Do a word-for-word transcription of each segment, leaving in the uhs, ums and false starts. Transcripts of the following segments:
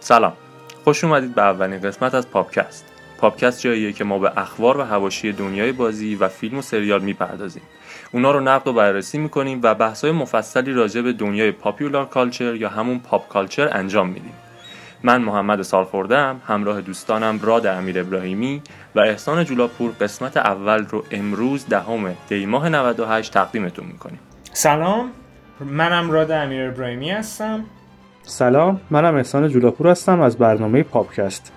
سلام، خوش اومدید به اولین قسمت از پاپکست. پاپکست جاییه که ما به اخبار و حواشی دنیای بازی و فیلم و سریال میپردازیم. اونا رو نقد و بررسی میکنیم و بحث‌های مفصلی راجع به دنیای پاپولار کالچر یا همون پاپ کالچر انجام میدیم. من محمد سالخورده‌ام، همراه دوستانم راد امیر ابراهیمی و احسان جولاپور قسمت اول رو امروز دهم دی ماه نود و هشت تقدیمتون میکنیم. سلام، منم راد امیر ابراهیمی هستم. سلام، منم احسان جولاپور هستم از برنامه پاپکست.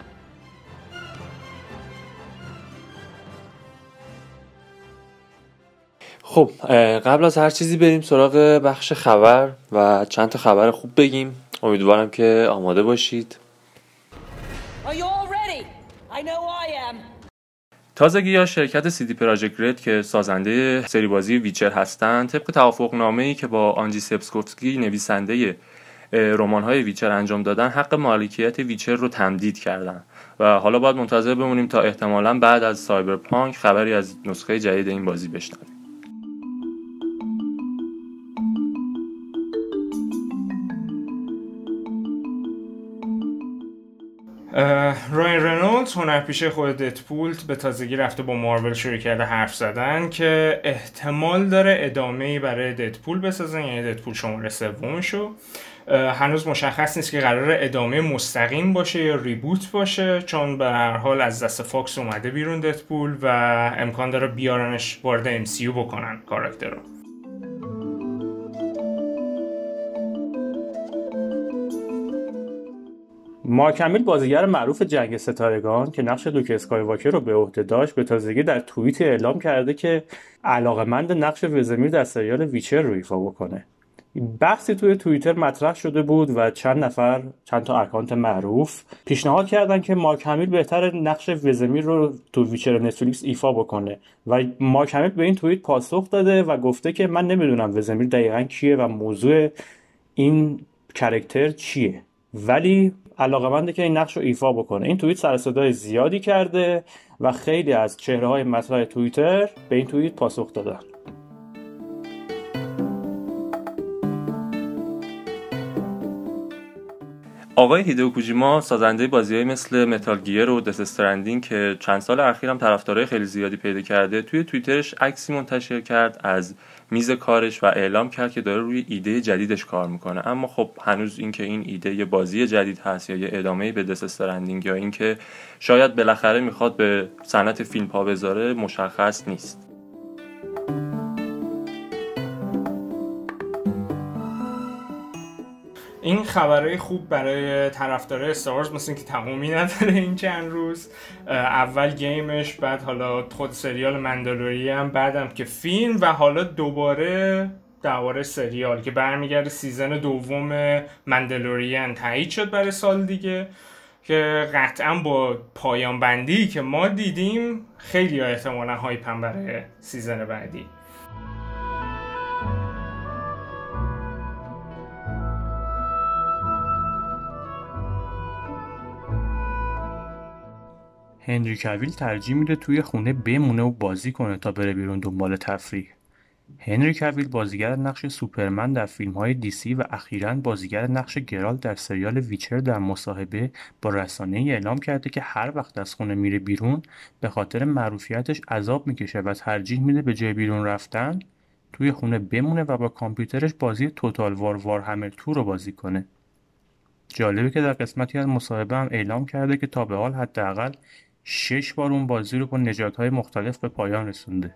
خب قبل از هر چیزی بریم سراغ بخش خبر و چند تا خبر خوب بگیم. امیدوارم که آماده باشید. تازگی یا شرکت سی دی پراجکت رد که سازنده سری بازی ویچر هستند، طبق توافقنامه‌ای که با آنجی سپسکوفسکی نویسنده رمان‌های ویچر انجام دادن، حق مالکیت ویچر رو تمدید کردن و حالا باید منتظر بمونیم تا احتمالاً بعد از سایبرپانک خبری از نسخه جدید این بازی بشنویم. راین رنولدز هنرپیشه خود ددپول به تازگی رفته با مارول شروع کرده حرف زدن که احتمال داره ادامه‌ای برای ددپول بسازن، یعنی ددپول شماره سومشو. هنوز مشخص نیست که قراره ادامه مستقیم باشه یا ریبوت باشه، چون به هر حال از دست فاکس اومده بیرون ددپول و امکان داره بیارنش وارد ام سی یو بکنن کاراکتر رو. مارک همیل، بازیگر معروف جنگ ستارگان که نقش لوک اسکایواکر رو به عهده داشت، به تازگی در توییت اعلام کرده که علاقه‌مند نقش وزمیر در سریال ویچر رو ایفا بکنه. بحثی توی توییتر مطرح شده بود و چند نفر، چند تا اکانت معروف پیشنهاد کردن که مارک همیل بهتره نقش وزمیر رو تو ویچر نتفلیکس ایفا بکنه و مارک همیل به این توییت پاسخ داده و گفته که من نمیدونم وزمیر دقیقاً کیه و موضوع این کاراکتر چیه، ولی علاقه‌منده که این نقش رو ایفا بکنه. این توییت سر و صدای زیادی کرده و خیلی از چهره‌های مطرح توییتر به این توییت پاسخ دادن. آقای هیدئو کوجیما، سازنده بازی‌های مثل متال گیر و دث استرندینگ که چند سال اخیر هم طرفدارای خیلی زیادی پیدا کرده، توی توییترش عکسی منتشر کرد از میز کارش و اعلام کرد که داره روی ایده جدیدش کار میکنه. اما خب هنوز این که این ایده یه بازی جدید هست یا یه ادامه‌ای به دث استرندینگ یا این که شاید بالاخره میخواد به صنعت فیلم پا بذاره مشخص نیست. این خبرهای خوب برای طرفدارای استار وارز مثل اینکه تمومی نداره این چند روز. اول گیمش، بعد حالا خود سریال مندالوریان، بعدم که فیلم و حالا دوباره دوباره سریال که برمیگرده. سیزن دوم مندالوریان تایید شد برای سال دیگه که قطعا با پایان بندی که ما دیدیم خیلی احتمالا هایپن برای سیزن بعدی. هنری کویل ترجیح میده توی خونه بمونه و بازی کنه تا بره بیرون دنبال تفریح. هنری کویل بازیگر نقش سوپرمن در فیلم‌های دی سی و اخیراً بازیگر نقش گرالت در سریال ویچر در مصاحبه با رسانه‌ای اعلام کرده که هر وقت از خونه میره بیرون به خاطر معروفیتش عذاب میکشه و ترجیح میده به جای بیرون رفتن توی خونه بمونه و با کامپیوترش بازی توتال وار وارهمر تو رو بازی کنه. جالبه که در قسمتی از مصاحبه هم اعلام کرده که تا به حال حداقل شش بار اون بازی رو با نژادهای مختلف به پایان رسونده.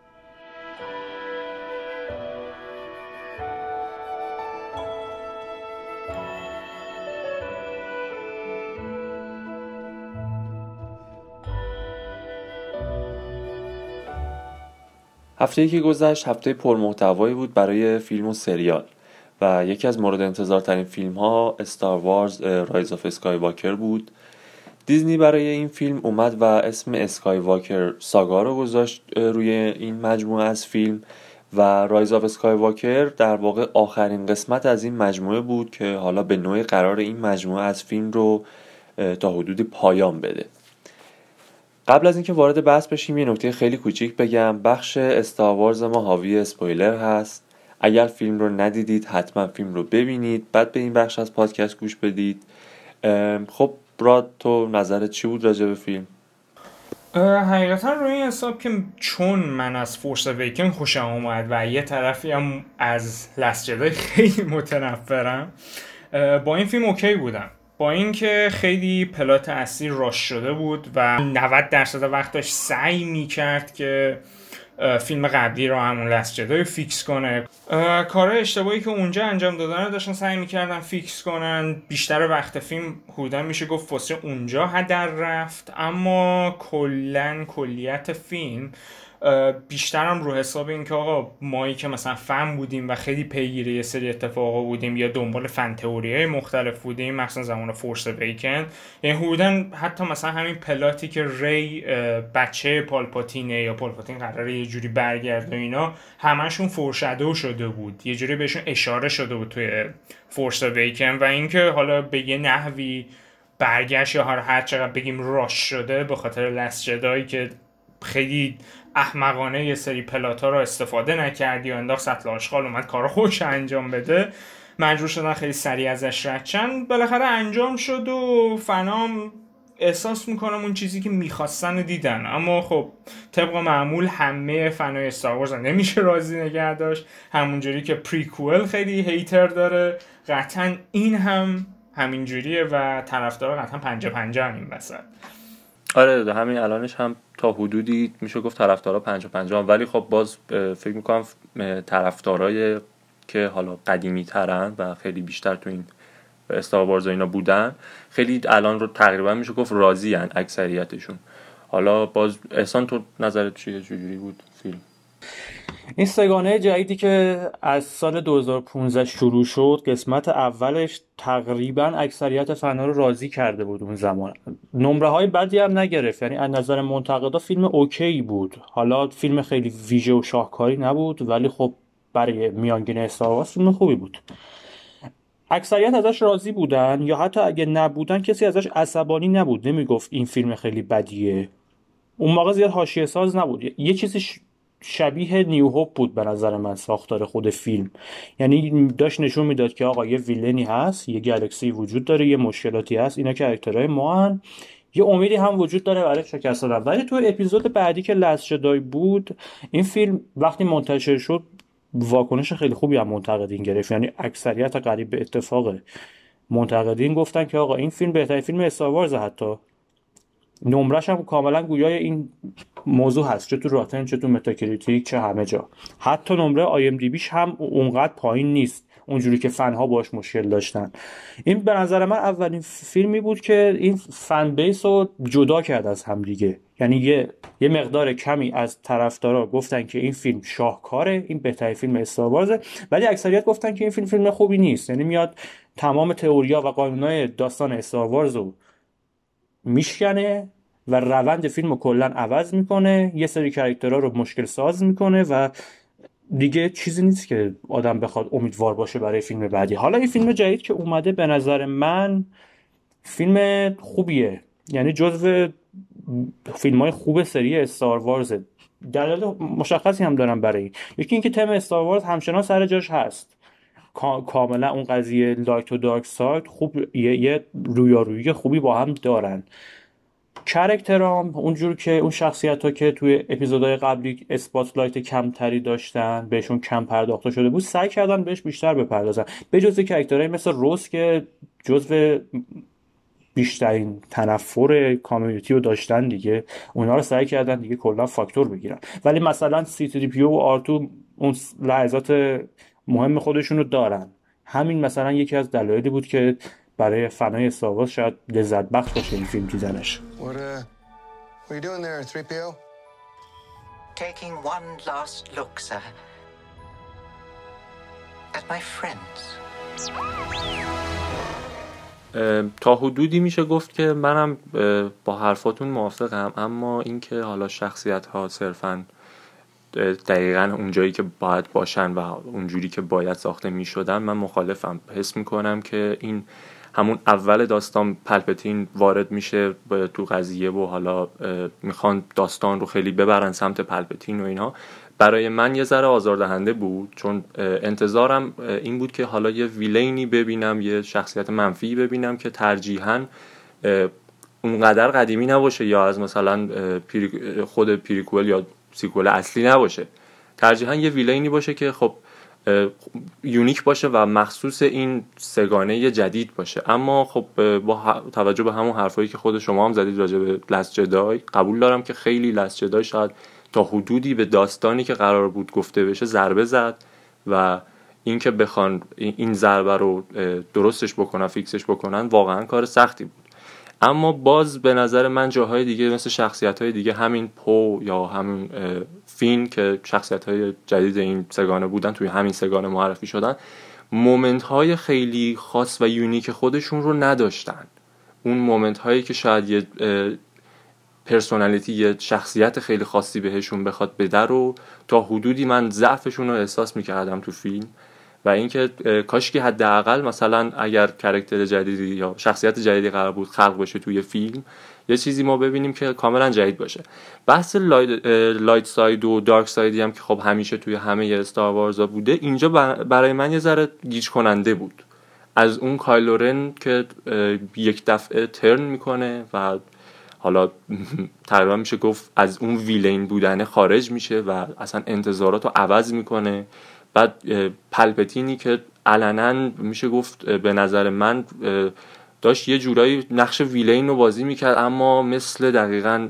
هفته‌ای که گذشت هفته پرمحتوایی بود برای فیلم و سریال و یکی از مورد انتظارترین فیلم‌ها استار وارز رایز آف اسکایواکر بود. دیزنی برای این فیلم اومد و اسم اسکایواکر ساگا رو گذاشت روی این مجموعه از فیلم و رایز آف اسکایواکر در واقع آخرین قسمت از این مجموعه بود که حالا به نوعی قرار این مجموعه از فیلم رو تا حدودی پایان بده. قبل از اینکه وارد بحث بشیم یه نکته خیلی کوچیک بگم. بخش استار وارز ما حاوی اسپویلر هست. اگر فیلم رو ندیدید حتما فیلم رو ببینید، بعد به این بخش از پادکست گوش بدید. خب براد، تو نظرت چی بود راجع به فیلم؟ حقیقتا روی این حساب که چون من از فورس اویکن خوشم اومد و یه طرفی هم از لست جدای خیلی متنفرم، با این فیلم اوکی بودم. با اینکه خیلی پلات اصلی راش شده بود و نود درصد وقتش سعی میکرد که فیلم قبلی رو همون لست جدای فیکس کنه، کارهای اشتباهی که اونجا انجام دادن رو داشتن سعی میکردن فیکس کنن. بیشتر وقت فیلم حدوداً میشه گفت واسه اونجا هدر رفت، اما کلن کلیت فیلم بیشتر هم رو حساب این که آقا مایی که مثلا فن بودیم و خیلی پیگیر یه سری اتفاقا بودیم یا دنبال فن تئوری‌های مختلف بودیم، مثلا زمان فورس اویکن، یعنی حدوداً حتی مثلا همین پلاتی که ری بچه پالپاتینه یا پالپاتین قراره یه جوری برگرده و اینا، همشون فورشادو شده بود، یه جوری بهشون اشاره شده بود توی فورس اویکن. و اینکه حالا به یه نحوی برگشت یا هر چقدر بگیم راش شده به خاطر لست جدایی که خیلی احمقانه یه سری پلاتا رو استفاده نکردی و انداخت سطل آشغال اومد کارو خودش انجام بده، مجبور شدن خیلی سریع ازش رد شن. بالاخره انجام شد و فنام احساس میکنم اون چیزی که میخواستن دیدن، اما خب طبق معمول همه فنای استار وارز نمیشه راضی نگه داشت. همونجوری که پریکوئل خیلی هیتر داره، قطعا این هم همینجوریه و طرفدارا قطعا پنجاه پنجاه هم این وسط. آره همین الانش هم تا حدودی میشه گفت طرفدارا پنجاه پنجاه، ولی خب باز فکر میکنم طرفدارای که حالا قدیمی ترن و خیلی بیشتر تو این استار وارز اینا بودن خیلی الان رو تقریبا میشه گفت راضی ان اکثریتشون. حالا باز احسان تو نظرت چیه؟ چجوری بود فیلم؟ این سگانه جدیدی که از سال دو هزار و پانزده شروع شد، قسمت اولش تقریبا اکثریت فنها رو راضی کرده بود اون زمان، نمره های بدی هم نگرفت، یعنی از نظر منتقدا فیلم اوکی بود. حالا فیلم خیلی ویژه و شاهکاری نبود، ولی خب برای میانگین استار وارز فیلم خوبی بود. اکثریت ازش راضی بودن، یا حتی اگه نبودن کسی ازش عصبانی نبود، نمیگفت این فیلم خیلی بدیه. اون موقع زیاد حاشیه ساز نبود، یه چیزی شبیه نیو هوپ بود به نظر من ساختار خود فیلم، یعنی داشت نشون میداد که آقا یه ویلنی هست، یه گالاکسی وجود داره، یه مشکلاتی هست، اینا کاراکترهای ما هن، یه امیدی هم وجود داره برای شکست دادن. ولی تو اپیزود بعدی که لست جدای بود، این فیلم وقتی منتشر شد واکنش خیلی خوبی هم منتقدین گرفت، یعنی اکثریت قریب به اتفاق منتقدین گفتن که آقا این فیلم بهترین فیلم استار وارز، حتی نمرش هم کاملا گویای این موضوع هست، چه تو راتن چه تو متاکریتیک چه همه جا. حتی نمره آی ام دی بیش هم اونقدر پایین نیست اونجوری که فنها باش مشکل داشتن. این به نظر من اولین فیلمی بود که این فن بیس رو جدا کرد از هم دیگه، یعنی یه یه مقدار کمی از طرفدارا گفتن که این فیلم شاهکاره، این بهترین فیلم استار وارزه، ولی اکثریت گفتن که این فیلم فیلم خوبی نیست، یعنی میاد تمام تئوریا و قانونای داستان استار وارز رو میشکنه و روند فیلم رو کلن عوض میکنه، یه سری کاراکترها رو مشکل ساز میکنه و دیگه چیزی نیست که آدم بخواد امیدوار باشه برای فیلم بعدی. حالا این فیلم جدید که اومده به نظر من فیلم خوبیه، یعنی جزو فیلم‌های خوب سری استار وارز. دلایل مشخصی هم دارم برای این، یکی اینکه تم استار وارز همچنان سر جاش هست، کاملا اون قضیه لایت و دارک ساید خوب یه, یه رویارویی خوبی با هم دارن. کاراکترام اونجور که اون شخصیت ها که توی اپیزودهای قبلی اسپاتلایت کمتری داشتن، بهشون کم پرداخته شده بود، سعی کردن بهش بیشتر بپردازن، به جز کاراکترهای مثل روز که جزو بیشترین تنفر کامیونیتی رو داشتن دیگه، اونا رو سعی کردن دیگه کلا فاکتور بگیرن. ولی مثلا سی تری پی او و آر تو اون لحظات مهم خودشون رو دارن. همین مثلا یکی از دلایلی بود که برای فنای استار وارز شاید لذت بخش باشه این فیلم دیدنش. What uh what are you doing there, three P O? Taking one last look, sir. At my friends. تا حدودی میشه گفت که منم با حرفاتون موافقم، اما اینکه حالا شخصیت ها صرفاً دقیقاً اونجایی که باید باشن و اونجوری که باید ساخته میشدن من مخالفم. حس میکنم که این همون اول داستان پالپتین وارد میشه تو قضیه و حالا میخوان داستان رو خیلی ببرن سمت پالپتین و اینا، برای من یه ذره آزاردهنده بود، چون انتظارم این بود که حالا یه ویلینی ببینم، یه شخصیت منفی ببینم که ترجیحاً اونقدر قدیمی نباشه یا از مثلا خود پریکوئل یا سیکوئل اصلی نباشه، ترجیحاً یه ویلینی باشه که خب یونیک باشه و مخصوص این سگانه جدید باشه. اما خب با توجه به همون حرفایی که خود شما هم زدید راجع به لست جدای، قبول دارم که خیلی لست جدای شاید تا حدودی به داستانی که قرار بود گفته بشه ضربه زد و این که بخوان این ضربه رو درستش بکنن، فیکسش بکنن، واقعا کار سختی بود. اما باز به نظر من جاهای دیگه مثل شخصیت‌های دیگه، همین پو یا همین فین که شخصیت‌های جدید این سگانه بودن، توی همین سگانه معرفی شدن، مومنت‌های خیلی خاص و یونیک خودشون رو نداشتن. اون مومنت‌هایی که شاید یه پرسونالیتی، یه شخصیت خیلی خاصی بهشون بخواد بده رو تا حدودی من ضعفشون رو احساس می‌کردم تو فیلم. و اینکه کاشکی حداقل مثلا اگر کاراکتر جدیدی یا شخصیت جدیدی قرار بود خلق بشه توی فیلم، یه چیزی ما ببینیم که کاملا جدید باشه. بحث لایت, لایت ساید و دارک سایدی هم که خب همیشه توی همه استار وارزا بوده، اینجا برای من یه ذره گیج کننده بود. از اون کایلو رن که یک دفعه ترن میکنه و حالا تقریبا میشه گفت از اون ویلین بودن خارج میشه و اصلا انتظارات رو عوض میکنه. بعد پالپتینی که علنا میشه گفت به نظر من داشت یه جورایی نقش ویلین رو بازی میکرد، اما مثل دقیقاً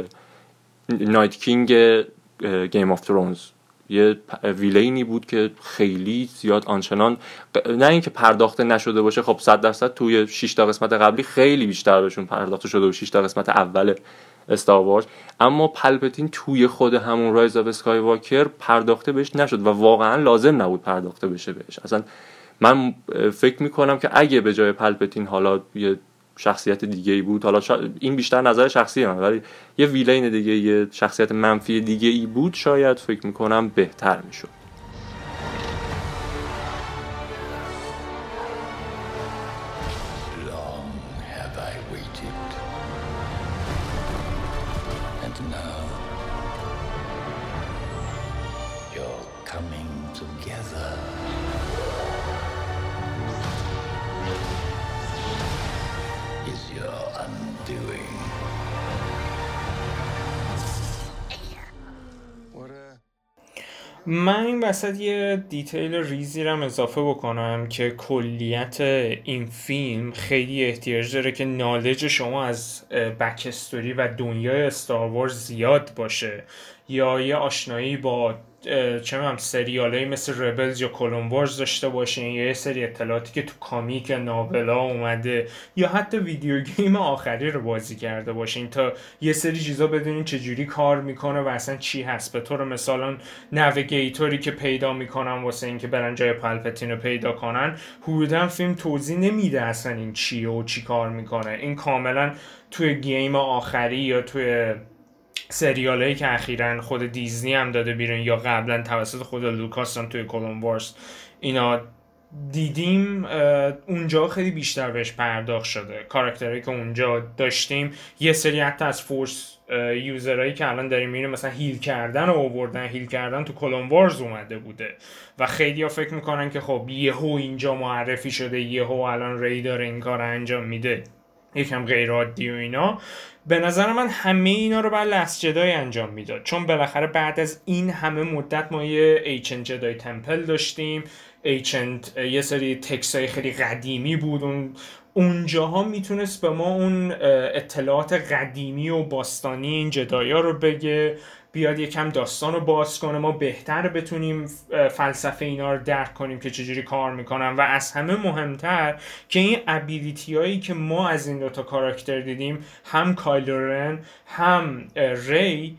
نایت کینگ گیم آف ترونز، یه ویلینی بود که خیلی زیاد آنچنان نه اینکه پرداخته نشده باشه، خب صد درصد توی شش تا قسمت قبلی خیلی بیشتر بهشون پرداخته شده و شش تا قسمت اول استار وارز، اما پالپتین توی خود همون رایز آف اسکای واکر پرداخته بهش نشد و واقعا لازم نبود پرداخته بشه بهش. اصلا من فکر میکنم که اگه به جای پالپتین حالا یه شخصیت دیگه ای بود، حالا این بیشتر نظر شخصی من، ولی یه ویلین دیگه، یه شخصیت منفی دیگه ای بود، شاید فکر میکنم بهتر میشد. من این وسط یه دیتیل ریزی رم اضافه بکنم که کلیت این فیلم خیلی احتیاج داره که نالج شما از بک استوری و دنیای استار وارز زیاد باشه، یا یه آشنایی با چه می‌دونم سریالایی مثل ربلز یا کلون وارز داشته باشین، یا یه سری اطلاعاتی که تو کامیک ناولا اومده، یا حتی ویدیو گیم آخری رو بازی کرده باشین تا یه سری چیزا بدونین چجوری کار میکنه و اصلا چی هست. به طور مثلا نویگیتوری که پیدا میکنن واسه این که برن جای پالپتین رو پیدا کنن، حدودا فیلم توضیح نمیده اصلا این چیه و چی کار میکنه. این کاملا توی گیم آخری یا توی سریالایی که اخیراً خود دیزنی هم داده بیرون یا قبلا توسط خود لوکاس هم توی کلون وارز اینا دیدیم، اونجا خیلی بیشتر بهش پرداخت شده. کاراکترهایی که اونجا داشتیم، یه سری حتی از فورس یوزرهایی که الان داریم میبینیم مثلا هیل کردن و آوردن، هیل کردن تو کلون وارز اومده بوده و خیلی ها فکر میکنن که خب یهو اینجا معرفی شده، یهو الان ری داره این کار انجام میده، یکم غیر عادی و اینا. به نظر من همه اینا رو بعد لست جدای انجام میداد، چون بالاخره بعد از این همه مدت ما یه ایچنت جدای تمپل داشتیم. ایچنت یه سری تکسای خیلی قدیمی بود، اون اونجاها میتونست به ما اون اطلاعات قدیمی و باستانی این جدایا رو بگه، بیاد یکم داستان رو باز کنه، ما بهتر بتونیم فلسفه اینا رو درک کنیم که چجوری کار میکنن. و از همه مهمتر که این ابیلیتی هایی که ما از این دوتا کاراکتر دیدیم، هم کایلو رن هم ری،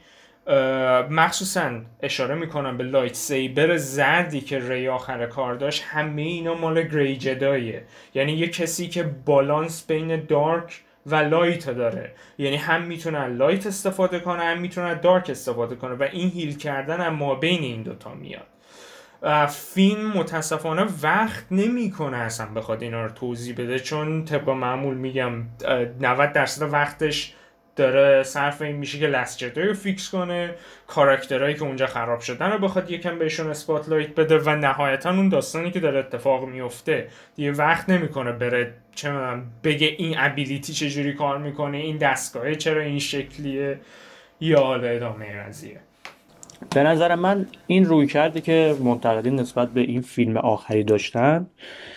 مخصوصا اشاره میکنم به لایت سیبر زردی که ری آخر کار داشت، همه اینا مال گری جدایه. یعنی یه کسی که بالانس بین دارک و لایت داره، یعنی هم میتونه لایت استفاده کنه هم میتونه دارک استفاده کنه و این هیل کردن هم ما بین این دوتا میاد. فیلم متاسفانه وقت نمیکنه اصلا بخواد اینا رو توضیح بده، چون طبق معمول میگم نود درصد وقتش داره صرف این میشه که لست جدی رو فیکس کنه، کاراکترهایی که اونجا خراب شدن رو بخواد یکم بهشون اسپاتلایت بده و نهایتا اون داستانی که داره اتفاق میفته دیگه وقت نمیکنه بره چه بگه این ابیلیتی چجوری کار میکنه، این دستگاهه چرا این شکلیه، یا حالا ادامه قضیه. به نظر من این روی کرده که منتقدین نسبت به این فیلم آخری داشتن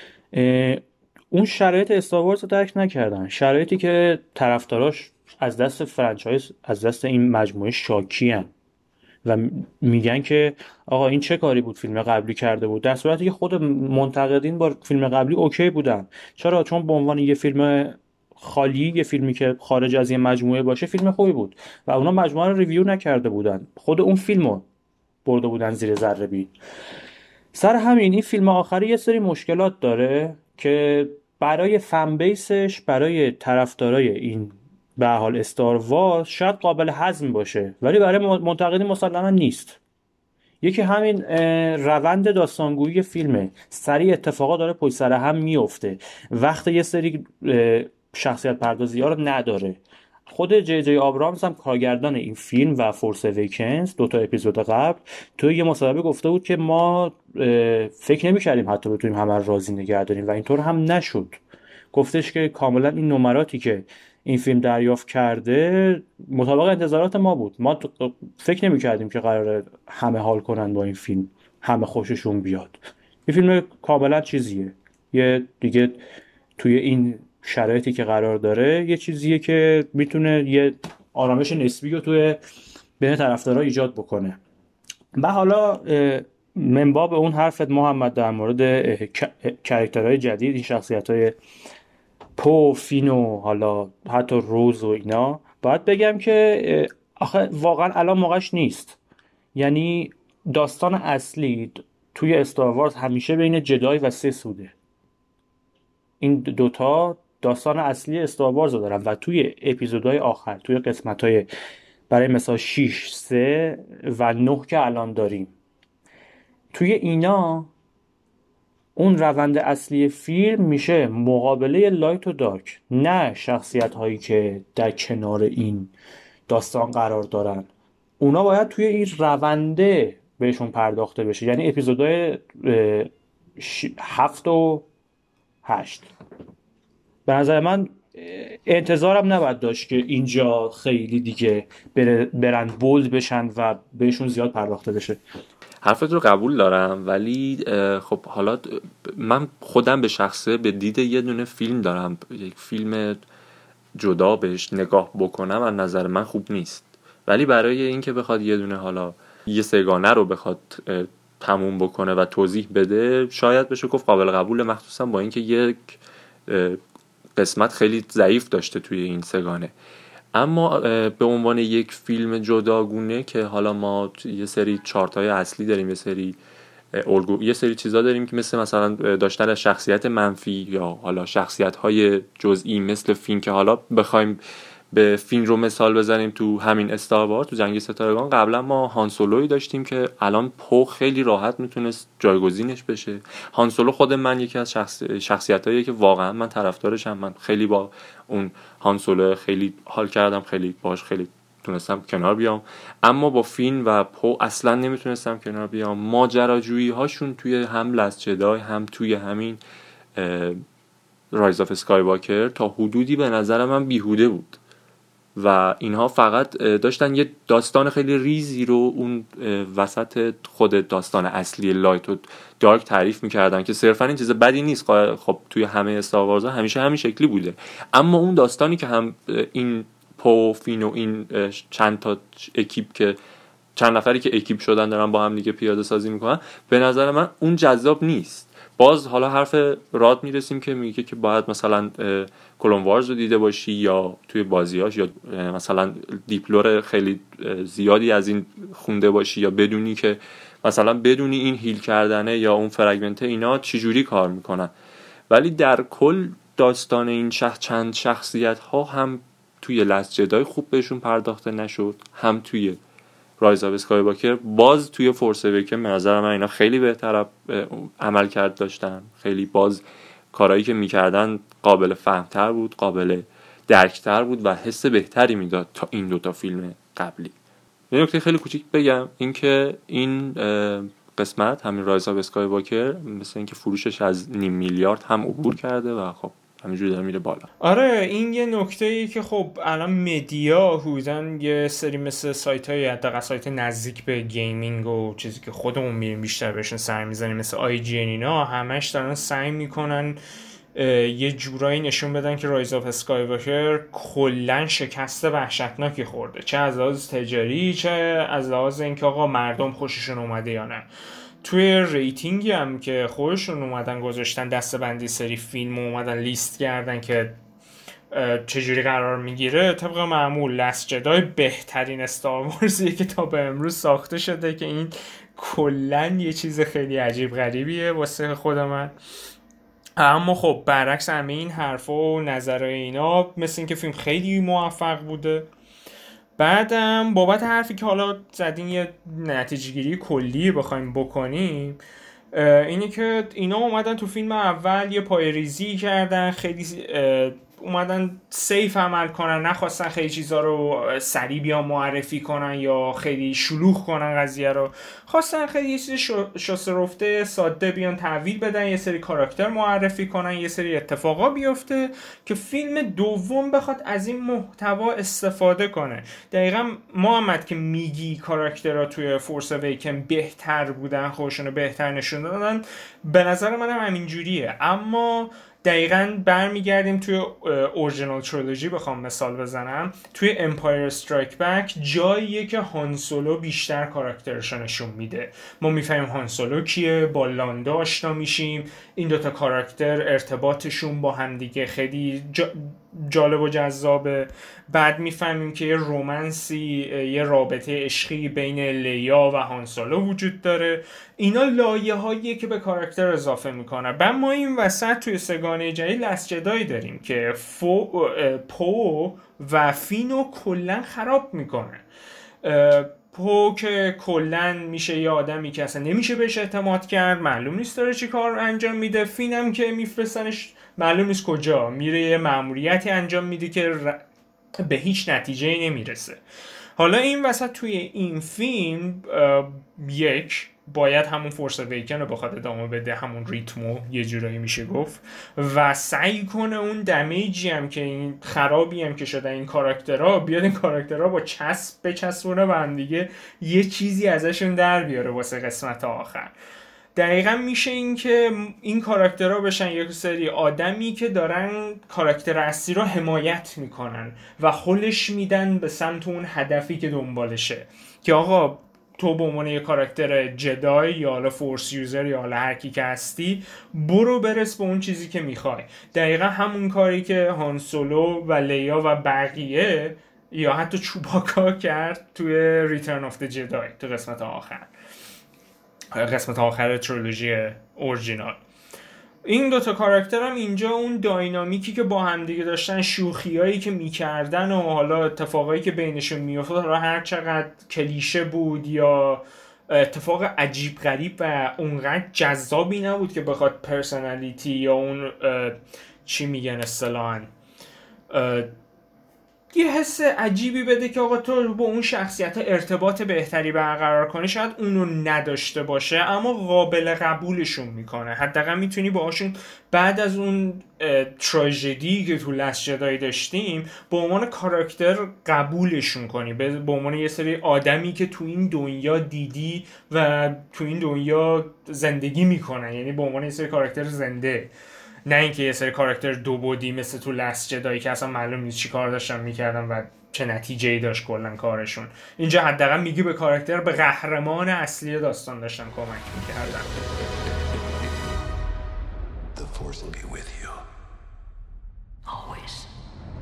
اون شرایط استار وارز رو درک نکردن، شرایطی که طرفداراش از دست فرانچایز از دست این مجموعه شاکی هن و میگن که آقا این چه کاری بود فیلم قبلی کرده بود، در صورتی که خود منتقدین با فیلم قبلی اوکی بودن. چرا؟ چون به عنوان یه فیلم خالی، یه فیلمی که خارج از یه مجموعه باشه فیلم خوبی بود و اونا مجموعه رو ریویو نکرده بودن، خود اون فیلمو برده بودن زیر ذره بین. سر همین این فیلم آخری یه سری مشکلات داره که برای فن بیسش، برای طرفدارای این به حال استار وارز شاید قابل هضم باشه ولی برای منتقدین مسلما نیست. یکی همین روند داستانگویی فیلمه، سریع اتفاقا داره پشت سر هم میفته، وقت یه سری شخصیت پردازی ها رو نداره. خود جی جی آبرامز هم کارگردان این فیلم و فورس اویکنز دو تا اپیزود قبل تو یه مصاحبه گفته بود که ما فکر نمی‌کردیم حتی بتونیم همه رو راضی نگه داریم و اینطور هم نشد. گفتش که کاملا این نمراتی که این فیلم دریافت کرده مطابق انتظارات ما بود. ما فکر نمی‌کردیم که قراره همه حال کنن با این فیلم، همه خوششون بیاد. این فیلم کاملا چیزیه، یه دیگه توی این شرایطی که قرار داره یه چیزیه که میتونه یه آرامش نسبی رو توی بین طرفدارا ایجاد بکنه. و حالا من باب اون حرفت محمد در مورد کاراکترهای جدید، این شخصیت‌های پو، فینو، حالا حتی روز و اینا، باید بگم که آخه واقعا الان موقعش نیست. یعنی داستان اصلی توی استار وارز همیشه بین جدای و سیث بوده. این دوتا داستان اصلی استار وارز رو دارن و توی اپیزودهای آخر، توی قسمت‌های برای مثلا شش، سه و نه که الان داریم، توی اینا اون روند اصلی فیلم میشه مقابله لایت و دارک، نه شخصیت هایی که در کنار این داستان قرار دارن. اونا باید توی این رونده بهشون پرداخته بشه، یعنی اپیزودهای هفت و هشت. به نظر من انتظارم نباید داشت که اینجا خیلی دیگه برن بولد بشن و بهشون زیاد پرداخته بشه. حرفت رو قبول دارم، ولی خب حالا من خودم به شخصه به دید یه دونه فیلم دارم، یک فیلم جدا بهش نگاه بکنم از نظر من خوب نیست، ولی برای اینکه بخواد یه دونه حالا یه سگانه رو بخواد تموم بکنه و توضیح بده شاید بشه گفت قابل قبوله، مخصوصا با اینکه یک قسمت خیلی ضعیف داشته توی این سگانه. اما به عنوان یک فیلم جداگونه که حالا ما یه سری چارتای اصلی داریم، یه سری الگو، یه سری چیزا داریم که مثل مثلا داشتن شخصیت منفی یا حالا شخصیت‌های جزئی مثل فین، که حالا بخوایم به فین رو مثال بزنیم تو همین استار وارز، تو جنگ ستارگان قبلا ما هان سولوی داشتیم که الان پو خیلی راحت میتونست جایگزینش بشه. هان سولو خود من یکی از شخص... شخصیتاییه که واقعا من طرفدارشم، من خیلی با اون هان سولو خیلی حال کردم، خیلی باهاش خیلی تونستم کنار بیام، اما با فین و پو اصلا نمیتونستم کنار بیام. ماجراجویی هاشون توی هم لاست جدای هم توی همین رایز آف اسکای واکر تا حدودی به نظر من بیهوده بود و اینها فقط داشتن یه داستان خیلی ریزی رو اون وسط خود داستان اصلی لایت و دارک تعریف میکردن که صرفا این چیز بدی نیست، خب توی همه استار وارزها همیشه همین شکلی بوده، اما اون داستانی که هم این پو، فین و این چند تا اکیپ که چند نفری که اکیپ شدن دارن با هم دیگه پیاده سازی میکنن، به نظر من اون جذاب نیست. باز حالا حرف راد میرسیم که میگه که باید مثلا کلون وارز رو دیده باشی یا توی بازیاش یا مثلا دیپلور خیلی زیادی از این خونده باشی یا بدونی که مثلا بدونی این هیل کردنه یا اون فرگمنته اینا چجوری کار میکنن. ولی در کل داستان این شخص چند شخصیت ها هم توی لاست جدای خوب بهشون پرداخته نشد، هم توی رایز آف اسکایواکر باز توی فورس اویکن به نظر من اینا خیلی بهتر عمل کرد داشتن، خیلی باز کارهایی که میکردن قابل فهمتر بود، قابل درکتر بود و حس بهتری میداد تا این دوتا فیلم قبلی. یه نکته خیلی کوچیک بگم، این که این قسمت همین رایز آف اسکایواکر مثل اینکه فروشش از نیم میلیارد هم عبور کرده و خب همینجوری داره میره بالا. آره این یه نکته‌ای که خب الان مدیا حدوداً یه سری مثل سایت‌های حداقل سایت نزدیک به گیمینگ و چیزی که خودمون میریم بیشتر بهشون سر میزنیم مثل آی جی ان اینا همش دارن سعی میکنن یه جورایی نشون بدن که رایز آف اسکایواکر کلاً شکست وحشتناکی خورده، چه از لحاظ تجاری چه از لحاظ اینکه آقا مردم خوششون اومده یا نه. توی ریتینگی هم که خودشون اومدن گذاشتن دسته‌بندی سری فیلم اومدن لیست کردن که چجوری قرار میگیره، طبق معمول لاست جدای بهترین استار وارزیه که تا به امروز ساخته شده که این کلاً یه چیز خیلی عجیب غریبیه واسه خود من. اما خب برعکس همه این حرفا و نظرهای اینا مثل این که فیلم خیلی موفق بوده. بعدم بابت حرفی که حالا زدین یه نتیجه گیری کلی بخوایم بکنیم، اینه که اینا اومدن تو فیلم اول یه پای ریزی کردن، خیلی اومدن سیف عمل کنن، نخواستن خیلی چیزا رو سریع بیان معرفی کنن یا خیلی شلوغ کنن قضیه رو، خواستن خیلی یه چیز شسته رفته ساده بیان تحویل بدن، یه سری کاراکتر معرفی کنن، یه سری اتفاقا بیفته که فیلم دوم بخواد از این محتوا استفاده کنه. دقیقاً محمد که میگی کاراکترها توی فورس اویکن بهتر بودن، خودشونو بهتر نشون دادن، به نظر من هم همین جوریه. اما دقیقاً برمیگردیم توی اورجینال تریلوژی بخوام مثال بزنم، توی امپایر استرایک بک جاییه که هان سولو بیشتر کاراکترش نشون میده، ما میفهمیم هان سولو کیه، با لاندا آشنا میشیم، این دوتا کاراکتر ارتباطشون با همدیگه خیلی جا جالب و جذابه. بعد میفهمیم که یه رومنسی، یه رابطه عشقی بین لیا و هان سولو وجود داره. اینا لایه هاییه که به کاراکتر اضافه میکنه. بعد ما این وسط توی سگانه جدید لاست جدای داریم که فو، پو و فینو کلن خراب میکنه. پو که کلن میشه یه آدمی که اصلا نمیشه بهش اعتماد کرد، معلوم نیست داره چی کار انجام میده. فینم که میفرستنش معلوم نیست کجا میره، یه مأموریتی انجام میده که به هیچ نتیجه‌ای نمیرسه. حالا این وسط توی این فیلم یک باید همون فورس اویکن رو بخواد ادامه بده، همون ریتمو یه جورایی میشه گفت، و سعی کنه اون دمیجی هم که این خرابی هم که شده این کاراکترها، بیاد این کاراکترها با چسب بچسبونه به هم دیگه، یه چیزی ازشون در بیاره واسه قسمت آخر. دقیقا میشه این که این کاراکترها بشن یک سری آدمی که دارن کاراکتر اصلی رو حمایت میکنن و هلش میدن به سمت اون هدفی که دنبالشه، که آقا تو به عنوان یک کاراکتر جدای یا حالا فورس یوزر یا حالا هر کی که هستی، برو برس به اون چیزی که میخوای. دقیقا همون کاری که هان سولو و لیا و بقیه یا حتی چوباکا کرد توی ریترن آف د جدای تو قسمت آخر، قسمت آخر تریلوژی اورجینال. این دوتا کاراکتر هم اینجا اون داینامیکی که با همدیگه داشتن، شوخیایی که میکردن و حالا اتفاقایی که بینشون میافتاد، حالا هر چقدر کلیشه بود یا اتفاق عجیب غریب و اونقدر جذابی نبود که بخواد پرسونالیتی یا اون چی میگن اصطلاحاً یه حس عجیبی بده که آقا تو با اون شخصیت ارتباط بهتری برقرار کنی. شاید اونو نداشته باشه اما قابل قبولشون میکنه، حداقل میتونی باهاشون بعد از اون تراژدی که تو لاست جدای داشتیم به عنوان کاراکتر قبولشون کنی، به عنوان یه سری آدمی که تو این دنیا دیدی و تو این دنیا زندگی میکنن، یعنی به عنوان یه سری کاراکتر زنده، نه اینکه یه سری کاراکتر دو بودی مثل تو لاست جدایی که اصلا معلوم نیست چی کار داشتن میکردن و چه نتیجه‌ای داشت کلا کارشون. اینجا حداقل میگی به کاراکتر، به قهرمان اصلی داستان داشتن کمک میکردن. The force will be with you. Always.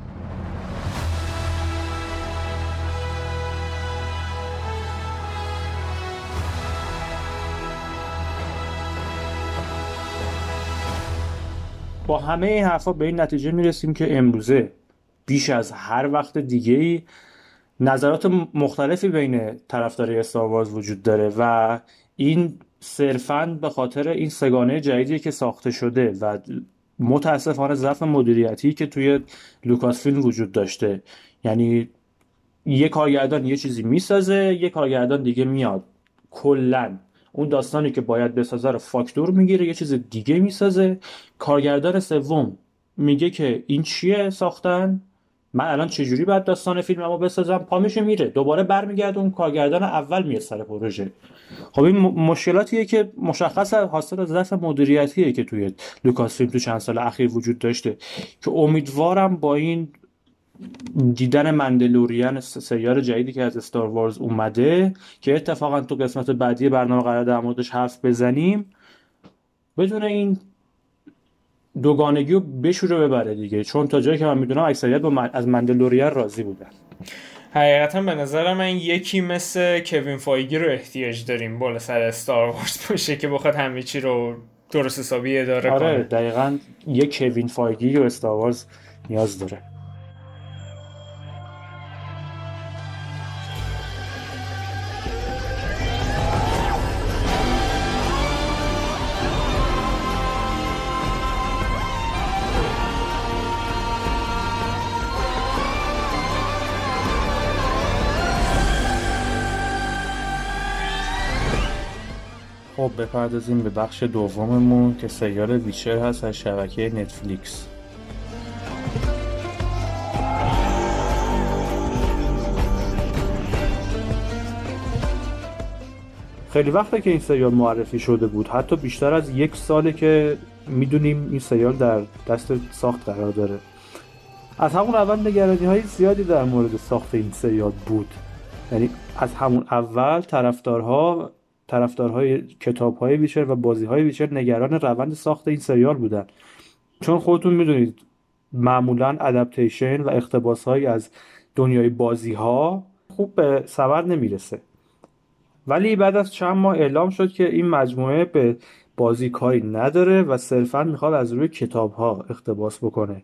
با همه این حرفا به این نتیجه میرسیم که امروزه بیش از هر وقت دیگه‌ای نظرات مختلفی بین طرفدارای استار وارز وجود داره و این صرفاً به خاطر این سگانه جدیدی که ساخته شده و متاسفانه ضعف مدیریتی که توی لوکاس فیلم وجود داشته. یعنی یه کارگردان یه چیزی میسازه، یه کارگردان دیگه میاد کلاً اون داستانی که باید بسازه رو فاکتور میگیره یه چیز دیگه میسازه. کارگردان سوم میگه که این چیه ساختن، من الان چجوری باید داستان فیلممو بسازم، پا میشه میره دوباره برمیگرده اون کارگردان اول میاد سر پروژه. خب این مشکلاتیه که مشخص حاصل از ضعف مدیریتیه که توی لوکاس فیلم تو چند سال اخیر وجود داشته که امیدوارم با این دیدن مندلوریان سریال جدیدی که از استار وارز اومده که اتفاقا تو قسمت بعدی برنامه قرار در موردش حرف بزنیم بدون این دوگانگی رو بشوره ببره دیگه، چون تا جایی که من میدونم اکثریت با من از مندلوریان راضی بودن. حقیقتا به نظر من یکی مثل کوین فایگی رو احتیاج داریم بالا سر استار وارز باشه که بخواد همه چی رو درست حسابی اداره آره کنه. آره دقیقاً یک کوین فایگی رو استار وارز نیاز داره. خب بپردازیم به بخش دوممون که سریال ویچر هست از شبکه نتفلیکس. خیلی وقته که این سریال معرفی شده بود، حتی بیشتر از یک ساله که میدونیم این سریال در دست ساخت قرار داره. از همون اول نگرانی های زیادی در مورد ساخت این سریال بود، یعنی از همون اول طرفدارها طرفدارهای کتاب‌های ویچر و بازی‌های ویچر نگران روند ساخت این سریال بودن، چون خودتون میدونید معمولاً ادپتیشن و اقتباس‌هایی از دنیای بازی‌ها خوب به ثمر نمیرسه. ولی بعد از چند ماه اعلام شد که این مجموعه به بازی کاری نداره و صرفاً میخواد از روی کتاب‌ها اقتباس بکنه.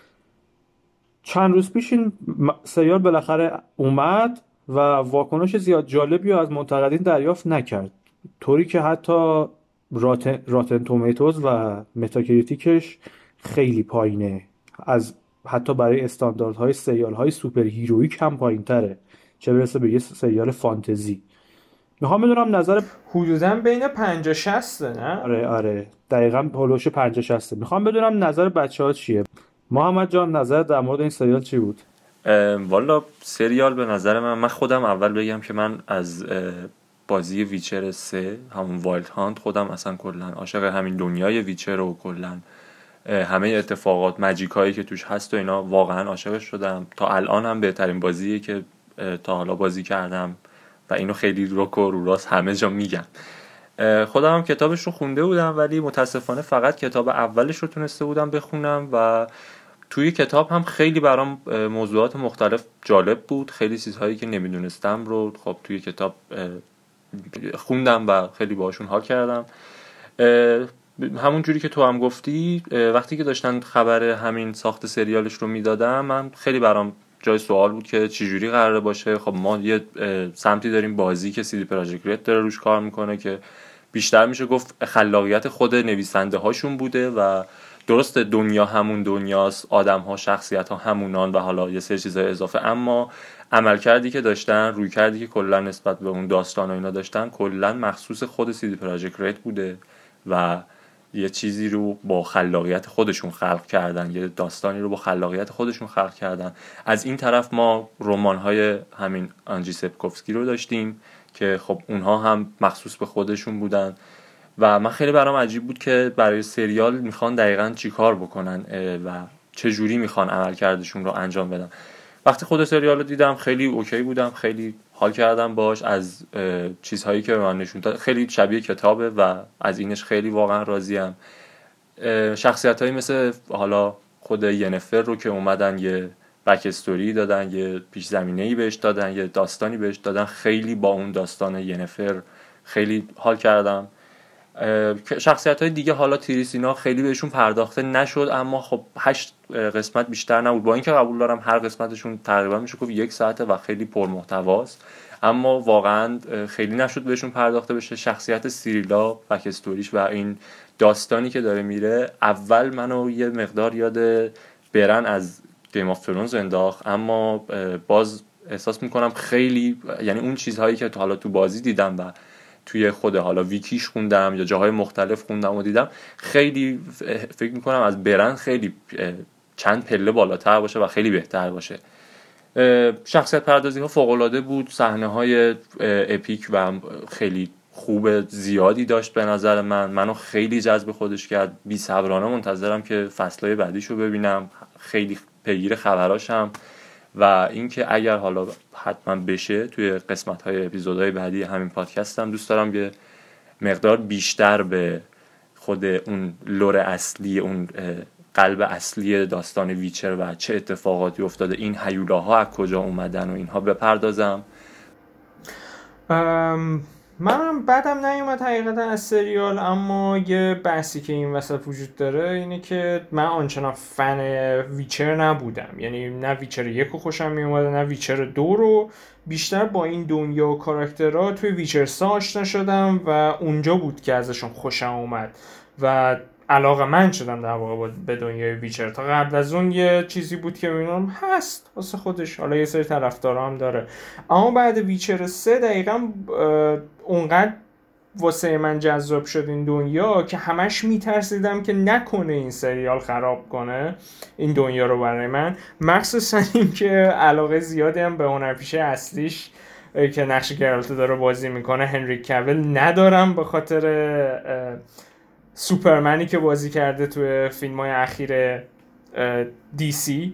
چند روز پیش این سریال بالاخره اومد و واکنش زیاد جالبی از منتقدین دریافت نکرد، طوری که حتی راتن, راتن تومیتوز و متاکریتیکش خیلی پایینه، از حتی برای استانداردهای سریال‌های سوپر هیرویک هم پایین‌تره، چه برسه به یه سریال فانتزی. میخوام بدونم نظر حدوداً بین پنجاه شصت نه؟ آره آره دقیقاً هولوش پنجاه شصت. میخوام بدونم نظر بچه‌ها چیه. محمد جان نظر در مورد این سریال چی بود؟ والا سریال به نظر من من خودم اول بگم که من از بازی ویچر سه همون وایلد هانت خودم اصلا کلا عاشق همین دنیای ویچر و کلا همه اتفاقات ماجیک هایی که توش هست و اینا واقعا عاشقش شدم. تا الان هم بهترین بازیه که تا حالا بازی کردم و اینو خیلی روک و رو راست همه جا میگم. خودم هم کتابش رو خونده بودم ولی متاسفانه فقط کتاب اولش رو تونسته بودم بخونم و توی کتاب هم خیلی برام موضوعات مختلف جالب بود، خیلی چیزهایی که نمیدونستم رو خب توی کتاب خوندم و خیلی باهاشون حال کردم. همون جوری که تو هم گفتی وقتی که داشتن خبر همین ساخت سریالش رو میدادم من خیلی برام جای سوال بود که چه جوری قراره باشه. خب ما یه سمتی داریم بازی که سی دی پراجکت رد داره روش کار میکنه که بیشتر میشه گفت خلاقیت خود نویسنده هاشون بوده و درست دنیا همون دنیاست، آدم ها شخصیت ها همونان و حالا یه سری چیزای اضافه، اما عملکردی که داشتن روی کردی که کلا نسبت به اون داستان و اینا داشتن کلا مخصوص خود سی دی پراجکت رد بوده و یه چیزی رو با خلاقیت خودشون خلق کردن، یه داستانی رو با خلاقیت خودشون خلق کردن. از این طرف ما رمان‌های همین آنجی سپکوفسکی رو داشتیم که خب اونها هم مخصوص به خودشون بودن و من خیلی برام عجیب بود که برای سریال میخوان دقیقاً چی کار بکنن و چه جوری میخوان عملکردشون رو انجام بدن. وقتی خود سریال رو دیدم خیلی اوکی بودم، خیلی حال کردم باش، از چیزهایی که من نشون داد خیلی شبیه کتابه و از اینش خیلی واقعا راضیم. شخصیتایی مثل حالا خود ینفر رو که اومدن یه بک استوری دادن، یه پیش زمینه‌ای بهش دادن، یه داستانی بهش دادن، خیلی با اون داستان ینفر خیلی حال کردم. شخصیت‌های دیگه حالا تریسینا خیلی بهشون پرداخته نشد، اما خب هشت قسمت بیشتر نبود، با اینکه قبول دارم هر قسمتشون تقریبا میشه گفت یک ساعته و خیلی پرمحتواست، اما واقعا خیلی نشد بهشون پرداخته بشه. شخصیت سیریلا، بک استوریش و این داستانی که داره میره اول منو یه مقدار یاد برن از گیم آف ترونز انداخت، اما باز احساس میکنم خیلی، یعنی اون چیزهایی که تو حالا تو بازی دیدم و توی خود حالا ویکیش خوندم یا جاهای مختلف خوندم و دیدم، خیلی فکر میکنم از برن خیلی چند پله بالاتر باشه و خیلی بهتر باشه. شخصیت پردازی ها فوق العاده بود، صحنه های اپیک و خیلی خوب زیادی داشت به نظر من، منو خیلی جذب خودش کرد. بی صبرانه منتظرم که فصلهای بعدیشو ببینم، خیلی پیگیر خبراشم و اینکه اگر حالا حتما بشه توی قسمت‌های اپیزودهای بعدی همین پادکستم دوست دارم یه مقدار بیشتر به خود اون لور اصلی، اون قلب اصلی داستان ویچر و چه اتفاقاتی افتاده، این هیولاها از کجا اومدن و اینها بپردازم. ام... منم بعدم نیومد حقیقتا از سریال، اما یه بحثی که این وسط وجود داره اینه که من آنچنان فن ویچر نبودم، یعنی نه ویچر یک رو خوشم میومده نه ویچر دو رو، بیشتر با این دنیا و کاراکترها توی ویچر سه آشنا شدم و اونجا بود که ازشون خوشم اومد و علاقه‌مند شدم در واقع به دنیای ویچر. تا قبل از اون یه چیزی بود که می‌بینم هست واسه خودش، حالا یه سری طرفدارا هم داره، اما بعد ویچر سه دقیقاً اونقدر واسه من جذاب شد این دنیا که همش میترسیدم که نکنه این سریال خراب کنه این دنیا رو برای من، مخصوصا این که علاقه زیادی هم به هنرپیشه اصلیش که نقش گرالت داره بازی میکنه هنری کویل ندارم، به خاطر سوپرمنی که بازی کرده توی فیلم‌های اخیر دی سی.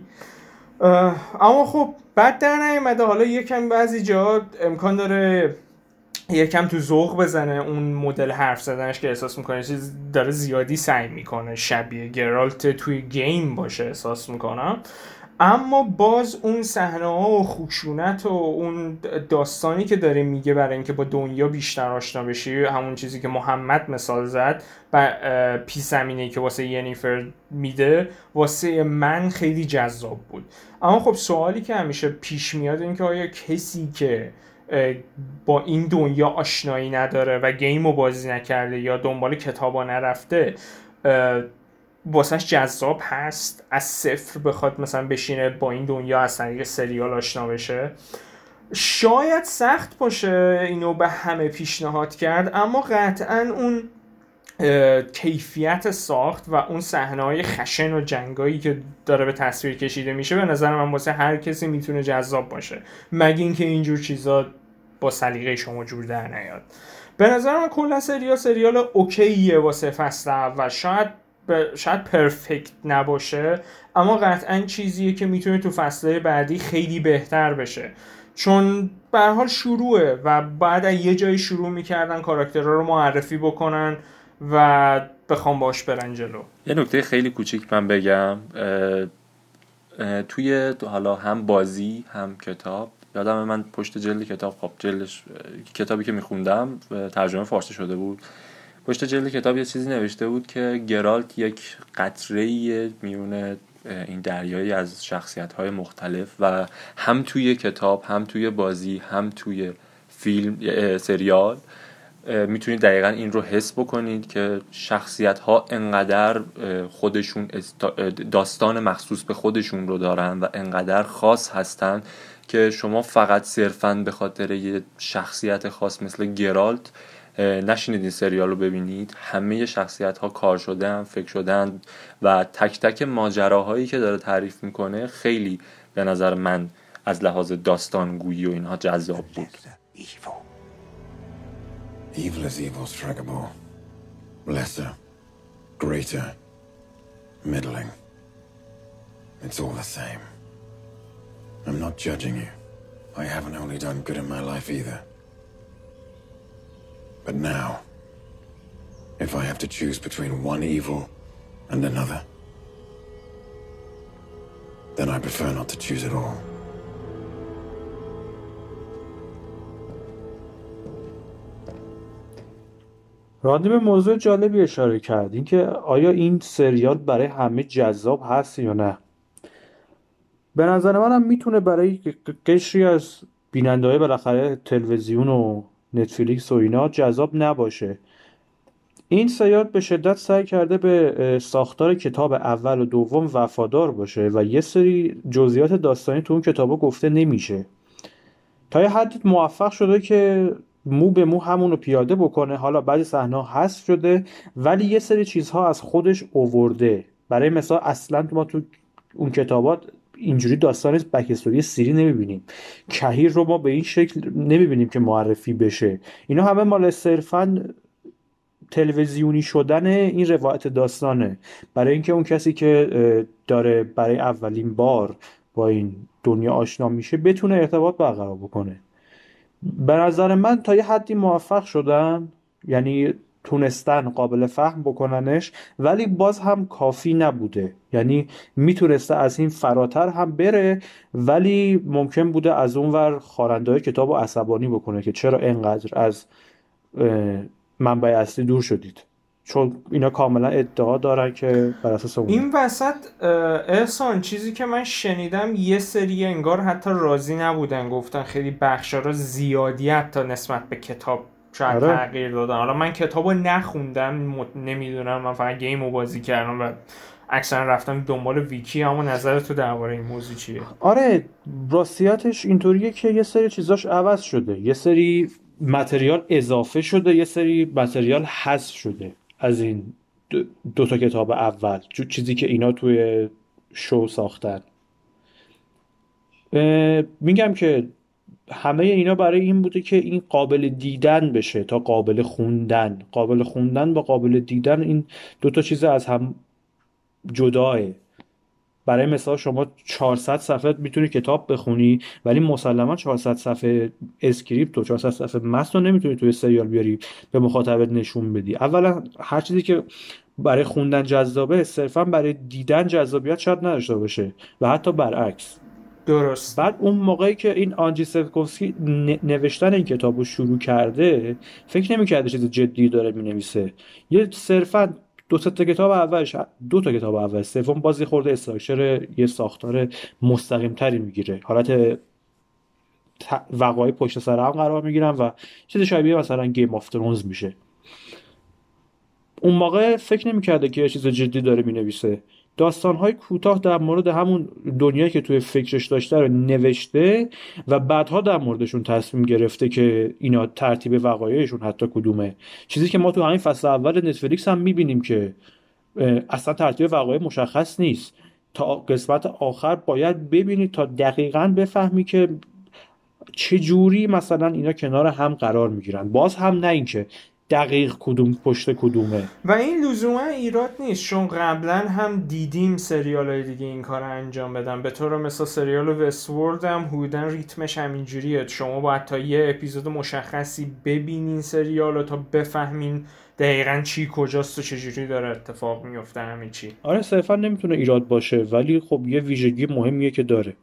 اما خب بعد در نیومده، حالا یکم بعضی جا امکان داره یکم تو ذوق بزنه اون مدل حرف زدنش که احساس میکنه چیز داره زیادی سعی میکنه شبیه گرالت توی گیم باشه احساس میکنم، اما باز اون صحنه ها و خشونت و اون داستانی که داره میگه برای اینکه با دنیا بیشتر آشنا بشی، همون چیزی که محمد مثال زد و پیش زمینه‌ای که واسه ینیفر میده واسه من خیلی جذاب بود. اما خب سوالی که همیشه پیش میاد این که آیا کسی که با این دنیا آشنایی نداره و گیمو بازی نکرده یا دنبال کتابا نرفته واسهش جذاب هست از صفر بخواد مثلا بشینه با این دنیا از طریق سریال آشنا بشه؟ شاید سخت باشه اینو به همه پیشنهاد کرد، اما قطعاً اون کیفیت ساخت و اون صحنه‌های خشن و جنگایی که داره به تصویر کشیده میشه به نظر من واسه هر کسی میتونه جذاب باشه، مگه اینکه اینجور چیزا با سلیقه شما جور در نیاد. به نظر من کلا سریال سریال اوکیه واسه فصل اول، شاید ب... شاید پرفکت نباشه، اما قطعاً چیزیه که میتونه تو فصل‌های بعدی خیلی بهتر بشه، چون به هر حال شروعه و بعد از یه جایی شروع میکردن کاراکترها رو معرفی بکنن و بخوام باش برن جلو. یه نکته خیلی کوچیک من بگم، اه اه توی حالا هم بازی هم کتاب، یادم من پشت جلد کتاب، خب جلدش کتابی که میخوندم ترجمه فارسی شده بود، پشت جلد کتاب یه چیزی نوشته بود که گرالت یک قطره‌ای میونه این دریایی از شخصیت‌های مختلف و هم توی کتاب هم توی بازی هم توی فیلم سریال میتونید دقیقاً این رو حس بکنید که شخصیت‌ها انقدر خودشون داستان مخصوص به خودشون رو دارن و انقدر خاص هستن که شما فقط صرفاً به خاطر یه شخصیت خاص مثل گرالت نشینید این سریال رو ببینید. همه شخصیت‌ها کار شدن، فکر شدن و تک تک ماجراهایی که داره تعریف میکنه خیلی به نظر من از لحاظ داستانگویی و اینها جذاب بود. Evil is evil, Stragabor. Lesser, greater, middling. It's all the same. I'm not judging you. I haven't only done good in my life either. But now, if I have to choose between one evil and another, then I prefer not to choose at all. راندی به موضوع جالبی اشاره کرد، اینکه آیا این سریال برای همه جذاب هست یا نه. به نظر منم میتونه برای قشری از بیننده‌های بالاخره تلویزیون و نتفلیکس و اینا جذاب نباشه. این سریال به شدت سعی کرده به ساختار کتاب اول و دوم وفادار باشه و یه سری جزئیات داستانی تو اون کتابا گفته نمیشه. تا یه حد موفق شده که مو به مو همونو پیاده بکنه. حالا بعضی صحنه‌ها حذف شده ولی یه سری چیزها از خودش اوورده. برای مثال اصلا ما تو اون کتابات اینجوری داستان بک استوری سیری نمیبینیم. کهیر رو ما به این شکل نمیبینیم که معرفی بشه. اینا همه مال صرفاً تلویزیونی شدن این روایت داستانه، برای اینکه اون کسی که داره برای اولین بار با این دنیا آشنا میشه بتونه ارتباط برقرار بکنه. به نظر من تا یه حدی موفق شدن، یعنی تونستن قابل فهم بکننش، ولی باز هم کافی نبوده. یعنی میتونسته از این فراتر هم بره ولی ممکن بوده از اون ور خواننده‌های کتابو عصبانی بکنه که چرا اینقدر از منبع اصلی دور شدید، چون اینا کاملا ادعا دارن که بر اساس اون. این وسط احسان چیزی که من شنیدم یه سری انگار حتی راضی نبودن، گفتن خیلی بخشا رو زیادی حتی نسبت به کتاب شاید آره. تغییر دادن. حالا من کتابو نخوندم نمیدونم، من فقط گیمو بازی کردم و اکثرا رفتم دنبال ویکی. اما نظر تو درباره این موضوع چیه؟ آره راستیاتش اینطوریه که یه سری چیزاش عوض شده، یه سری متریال اضافه شده، یه سری متریال حذف شده از این دو, دو تا کتاب اول، چیزی که اینا توی شو ساختن. میگم که همه اینا برای این بوده که این قابل دیدن بشه تا قابل خوندن. قابل خوندن با قابل دیدن این دو تا چیز از هم جداه. برای مثال شما چهارصد صفحه میتونی کتاب بخونی ولی مسلما چهارصد صفحه اسکریپت و چهارصد صفحه متن رو نمیتونی توی سریال بیاری به مخاطبت نشون بدی. اولا هر چیزی که برای خوندن جذابه صرفا برای دیدن جذابیت شاید نداشته باشه و حتی برعکس. درست. بعد اون موقعی که این آنجی سفکوفسکی نوشتن این کتاب رو شروع کرده فکر نمی‌کرده چیز جدی داره مینویسه. یه صرفا دو تا کتاب اولش دو تا کتاب اول سوم بازی خورده استراکچر یه ساختار مستقیم تری میگیره، حالت وقایع پشت سر هم قرار میگیرن و چیز شبیه مثلا گیم آف ترونز میشه. اون موقع فکر نمی‌کرده که یه چیز جدی داره مینویسه. داستان‌های کوتاه در مورد همون دنیایی که توی فکرش داشته رو نوشته و بعدها در موردشون تصمیم گرفته که اینا ترتیب وقایعشون حتی کدومه. چیزی که ما تو همین فصل اول نتفلیکس هم می‌بینیم که اصلا ترتیب وقایع مشخص نیست. تا قسمت آخر باید ببینی تا دقیقاً بفهمی که چه جوری مثلا اینا کنار هم قرار میگیرن. باز هم نه اینکه دقیق کدوم پشت کدومه. و این لزوما ایراد نیست، چون قبلا هم دیدیم سریال‌های دیگه این کار انجام بدن. به طور مثلا سریال وستورد هم حدوداً ریتمش همینجوریه، شما باید تا یه اپیزود مشخصی ببینین سریال رو تا بفهمین دقیقاً چی کجاست و چجوری داره اتفاق میفته همین چی. آره صرفا نمیتونه ایراد باشه ولی خب یه ویژگی مهمیه که داره.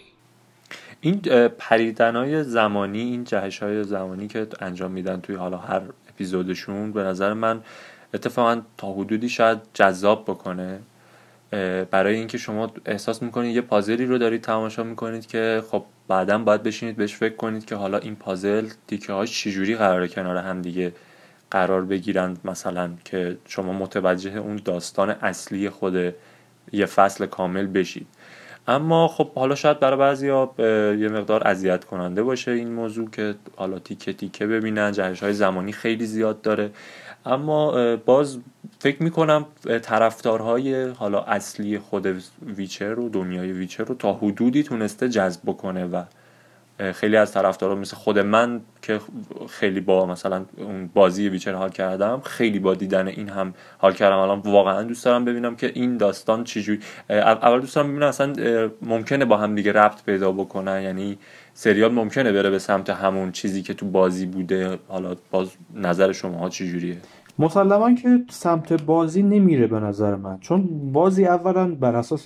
این پریدن‌های زمانی، این جهش‌های زمانی که انجام میدن توی حالا هر اپیزودشون به نظر من اتفاقا تا حدودی شاید جذاب بکنه، برای اینکه شما احساس میکنید یه پازلی رو دارید تماشا میکنید که خب بعداً باید بشینید بهش فکر کنید که حالا این پازل تیکه‌هاش چجوری قراره کنار هم دیگه قرار بگیرن، مثلا که شما متوجه اون داستان اصلی خود یه فصل کامل بشید. اما خب حالا شاید برای بعضیا یه مقدار اذیت کننده باشه این موضوع که حالا تیکه تیکه ببینن، جهش‌های زمانی خیلی زیاد داره. اما باز فکر میکنم طرفدارهای حالا اصلی خود ویچر و دنیای ویچر رو تا حدودی تونسته جذب بکنه و خیلی از طرفدارا مثل خود من که خیلی با مثلا اون بازی ویچر حال کردم، خیلی با دیدن این هم حال کردم. الان واقعا دوست دارم ببینم که این داستان چجوری، اول دوست دارم ببینم اصلا ممکنه با هم دیگه ربط پیدا بکنن، یعنی سریال ممکنه بره به سمت همون چیزی که تو بازی بوده. حالا باز نظر شماها چجوریه؟ مسلماً که سمت بازی نمیره به نظر من، چون بازی اولا بر اساس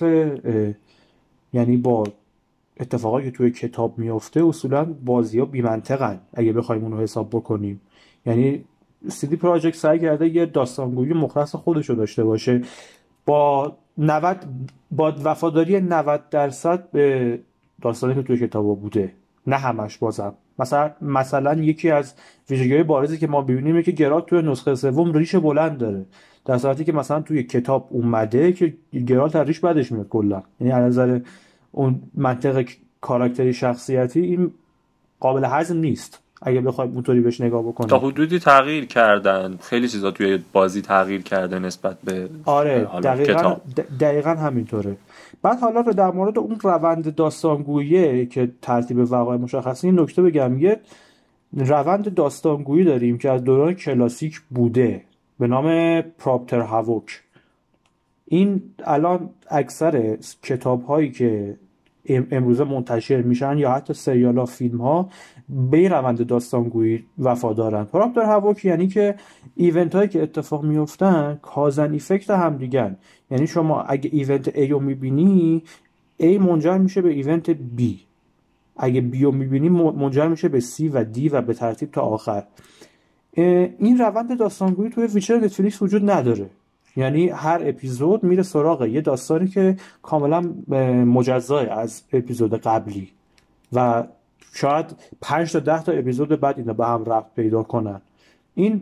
یعنی با اتفاقایی که توی کتاب میفته اصولا بازی‌ها بی‌منطقن اگه بخوایم اونو حساب بکنیم. یعنی سیدی پراجکت سعی کرده یه داستانگویی مختص خودشو داشته باشه با نود با وفاداری نود درصد به داستانی که توی کتابا بوده، نه همش. بازم مثلا مثلا یکی از ویژگی‌های بارزی که ما ببینیم اینه که گرالت توی نسخه سوم ریش بلند داره، در صورتی که مثلا توی کتاب اومده که گرالت از ریش بدش میاد کلا. یعنی از نظر اون منطق کاراکتری شخصیتی این قابل هضم نیست اگه بخوایم اونطوری بهش نگاه بکنیم. تا حدودی تغییر کردن، خیلی چیزا توی بازی تغییر کرده نسبت به آره دقیقاً کتاب. دقیقاً همینطوره. بعد حالا رو در مورد اون روند داستانگویی که ترتیب وقایع مشخصی این نکته بگم. یه روند داستانگویی داریم که از دوران کلاسیک بوده به نام پراپتر هاوک. این الان اکثر کتاب هایی که امروزه منتشر میشن یا حتی سریال ها، فیلم ها به این روند داستانگویی وفادارن. پراپتر هاوک یعنی که ایونت هایی که اتفاق میفتن کازن ایفکت هم دیگن. یعنی شما اگه ایونت A رو میبینی A منجر میشه به ایونت B، اگه B رو میبینی منجر میشه به C و D و به ترتیب تا آخر. این روند داستانگویی توی ویچر نتفلیکس وجود نداره. یعنی هر اپیزود میره سراغ یه داستانی که کاملا مجزا از اپیزود قبلی و شاید پنج تا ده تا اپیزود بعد اینا به هم ربط پیدا کنن. این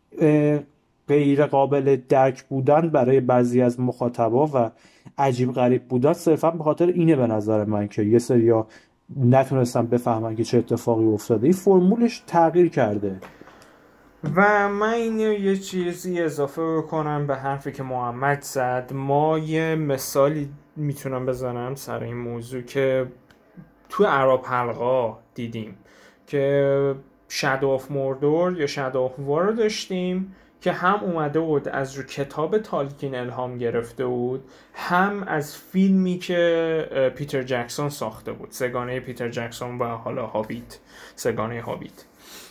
غیر قابل درک بودن برای بعضی از مخاطبا و عجیب غریب بودن صرفا به خاطر اینه به نظر من که یه سریا نتونستن بفهمن که چه اتفاقی افتاده. این فرمولش تغییر کرده. و من اینو یه چیزی اضافه بکنم به حرفی که محمد زد. ما یه مثالی میتونم بزنم سر این موضوع که تو عرب حلقا دیدیم که شادو آف موردور یا شادو آف وار رو داشتیم که هم اومده بود از رو کتاب تالکین الهام گرفته بود، هم از فیلمی که پیتر جکسون ساخته بود، سگانه پیتر جکسون و حالا هابیت، سگانه هابیت.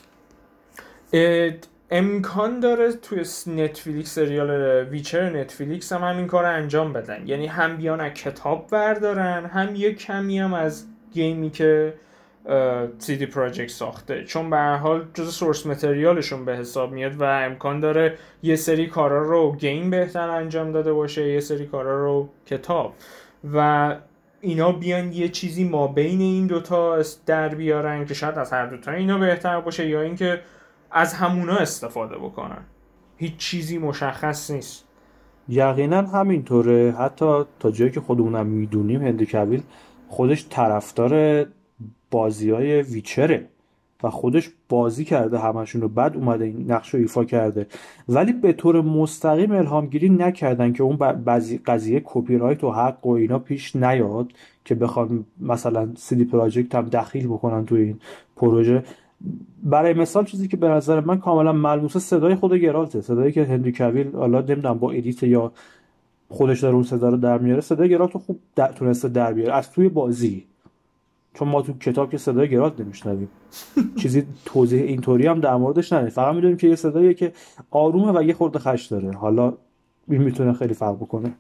امکان داره توی نتفلیکس سریال ویچر نتفلیکس هم همین کار انجام بدن، یعنی هم بیان از کتاب بردارن هم یه کمی هم از گیمی که سی دی پراجکت ساخته، چون به هر حال جز سورس متریالشون به حساب میاد و امکان داره یه سری کارا رو گیم بهتر انجام داده باشه، یه سری کارا رو کتاب، و اینا بیان یه چیزی ما بین این دوتا در بیارن که شاید از هر دوتا اینا بهتر باشه یا اینکه از همونا استفاده بکنن. هیچ چیزی مشخص نیست. یقینا همینطوره. حتی تا جایی که خودمونم میدونیم هنری کویل خودش طرفدار بازی‌های ویچره و خودش بازی کرده همشون رو، بعد اومده این نقش رو ایفا کرده، ولی به طور مستقیم الهامگیری نکردن که اون بعضی قضیه کپی رایت و حق و اینا پیش نیاد که بخوان مثلا سی دی پراجکت هم دخیل بکنن تو این پروژه. برای مثال چیزی که به نظر من کاملا ملموسه صدای خود گرالته، صدایی که هنری کویل حالا نمیدونم با ادیت یا خودش داره اون صدا رو در میاره، صدای گرالت رو خوب در... تونسته در بیاره از توی بازی، چون ما تو کتاب که صدای گرالت نمیشنویم. چیزی توضیح اینطوری هم در موردش نداره، فقط میدونیم که یه صداییه که آرومه و یه خورده خش داره. حالا این میتونه خیلی فرق بکنه.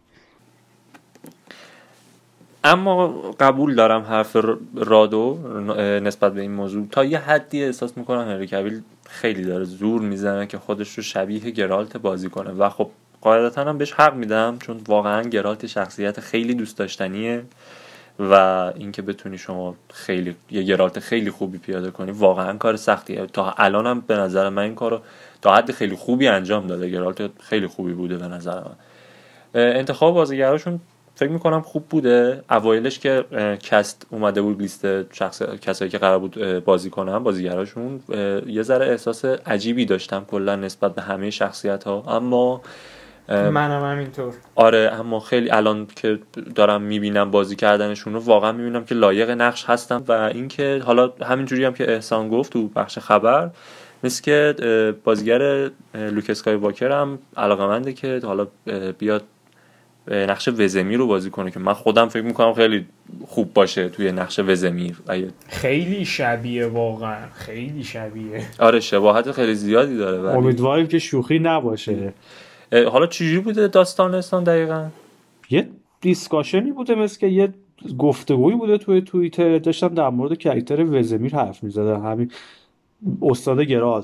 اما قبول دارم حرف رادو نسبت به این موضوع. تا یه حدی احساس میکنم هنری کویل خیلی داره زور میزنه که خودش رو شبیه گرالت بازی کنه و خب قاعدتا هم بهش حق میدم، چون واقعا گرالت شخصیت خیلی دوست داشتنیه و اینکه بتونی شما خیلی یه گرالت خیلی خوبی پیاده کنی واقعا کار سختیه. تا الانم به نظر من این کارو تا حد خیلی خوبی انجام داده، گرالت خیلی خوبی بوده به نظر من. انتخاب بازیگراشون فکر میکنم خوب بوده. اوایلش که کست اومده بود لیست شخص کسایی که قرار بود بازی کنن بازیگراشون، یه ذره احساس عجیبی داشتم کلا نسبت به همه شخصیت ها، اما منم همینطور. آره اما خیلی الان که دارم میبینم بازی کردنشون رو واقعا میبینم که لایق نقش هستن و اینکه حالا همینجوری هم که احسان گفت تو بخش خبر مثل که بازیگر لوک اسکایواکر هم علاقه‌منده که حالا بیاد نقش وزمیر رو بازی کنه که من خودم فکر میکنم خیلی خوب باشه توی نقش وزمیر. خیلی شبیه، واقعا خیلی شبیه. آره شباهت خیلی زیادی داره ولی امیدواریم که شوخی نباشه. حالا چجوری بوده داستان استان دقیقاً؟ یه دیسکاشنی بوده، مثل که یه گفتگویی بوده توی توییتر، داشتم در مورد کاراکتر وزمیر حرف می‌زدن، همین استاد گرالت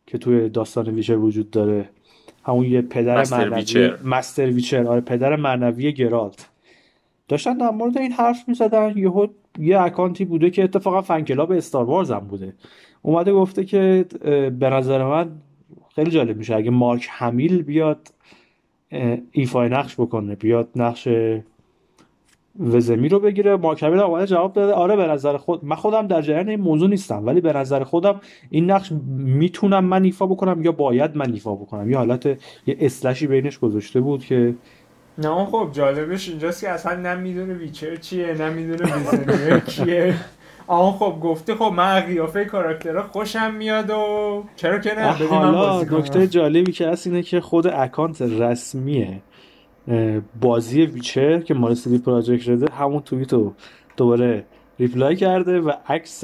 که توی داستان ویچر وجود داره، همون یه پدر معنوی مستر ویچر، آره پدر معنوی گرالت، داشتن در مورد این حرف می‌زدن. یهو یه اکانتی بوده که اتفاقا فن کلاب استار وارز هم بوده، اومده گفته که به نظر من خیلی جالب میشه اگه مارک همیل بیاد ایفای نقش بکنه، بیاد نقش وزمی رو بگیره. مارک همیل اومده جواب داده آره به نظر خود من خودم در جریان این موضوع نیستم، ولی به نظر خودم این نقش میتونم من ایفا بکنم یا باید من ایفا بکنم. یه حالت یه اسلشی بینش گذاشته بود که نه خب جالبش اینجاست که اصلا نمیدونه ویچر چیه، نمیدونه ویزنیه کیه. آن خب گفته خب من قیافه کاراکترها خوشم میاد و چرا که نه بدیم من بازی کنم. نکته جالبی که هست اینه که خود اکانت رسمیه بازی ویچر که مال سی دی پراجکت رده همون توییتو دوباره ریپلای کرده و عکس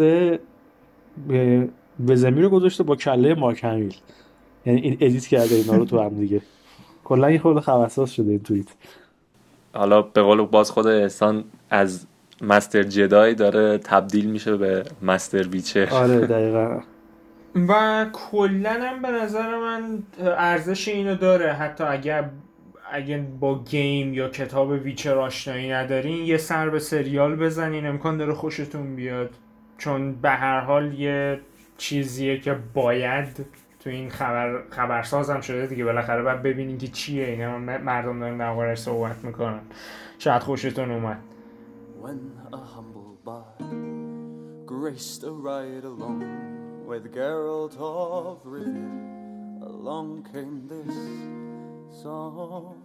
وزمی رو گذاشته با کله مارک همیل، یعنی این ادیت کرده اینا رو تو هم دیگه. کلا یه خورده خبرساز شده این توییت. حالا به قول باز خود احسان از مستر جدای داره تبدیل میشه به مستر ویچر. آره دقیقاً. و کلا هم به نظر من ارزش اینو داره، حتی اگر اگه با گیم یا کتاب ویچر آشنایی ندارین یه سر به سریال بزنین، امکان داره خوشتون بیاد، چون به هر حال یه چیزیه که باید تو این خبر خبرساز هم شده دیگه، بالاخره باید ببینین که چیه اینا، مردم دارن در موردش صحبت میکنن، شاید خوشتون اومد. When a humble bard graced a ride along with Geralt of Rivia, along came this song.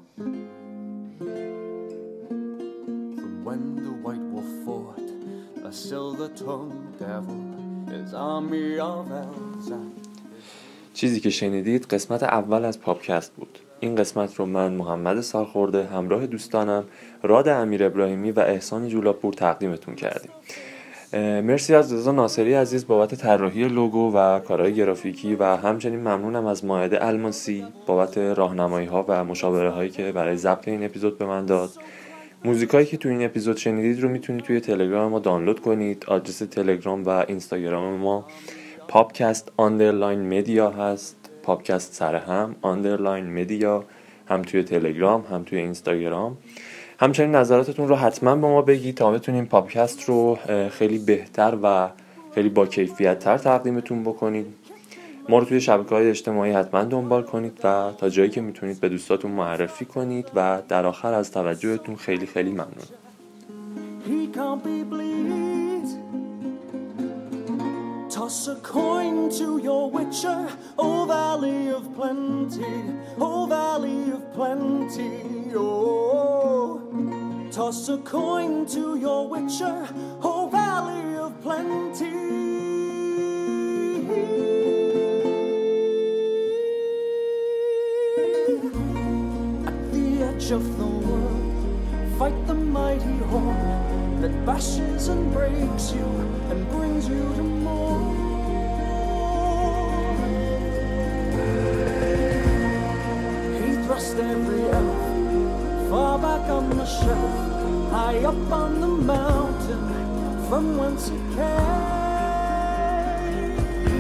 From when the White Wolf fought a silver-tongued devil, his army of elves. چیزی که شنیدید قسمت اول از پاپکست بود. این قسمت رو من محمد سالخورده همراه دوستانم راد امیر ابراهیمی و احسان جولاپور تقدیمتون کردیم. مرسی از رضا ناصری عزیز بابت طراحی لوگو و کارهای گرافیکی و همچنین ممنونم از مائده الماسی بابت راهنمایی‌ها و مشاوره‌هایی که برای ضبط این اپیزود به من داد. موزیکایی که تو این اپیزود شنیدید رو میتونید توی تلگرام ما دانلود کنید. آدرس تلگرام و اینستاگرام ما پاپکست آندرلاین مدیا هست، پاپکست سر هم آندرلاین مدیا، هم توی تلگرام هم توی اینستاگرام. همچنین نظراتتون رو حتما با ما بگید تا بتونیم پاپکست رو خیلی بهتر و خیلی با کیفیت تر تقدیمتون بکنیم. ما رو توی شبکه‌های اجتماعی حتما دنبال کنید و تا جایی که میتونید به دوستاتون معرفی کنید و در آخر از توجهتون خیلی خیلی ممنون. Toss a coin to your witcher, oh valley of plenty, oh valley of plenty, oh. Toss a coin to your witcher, oh valley of plenty. At the edge of the world, fight the mighty horn that bashes and breaks you and brings you to more. He thrust every elf far back on the shelf, high up on the mountain from whence he came.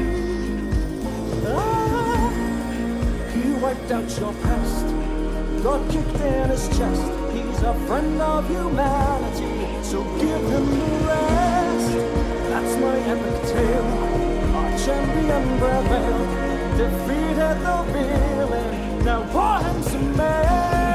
Ah, he wiped out your past, God kicked in his chest. He's a friend of humanity, so give him the rest. That's my epic tale. Our champion prevailed, defeated the villain. Now pour him some ale.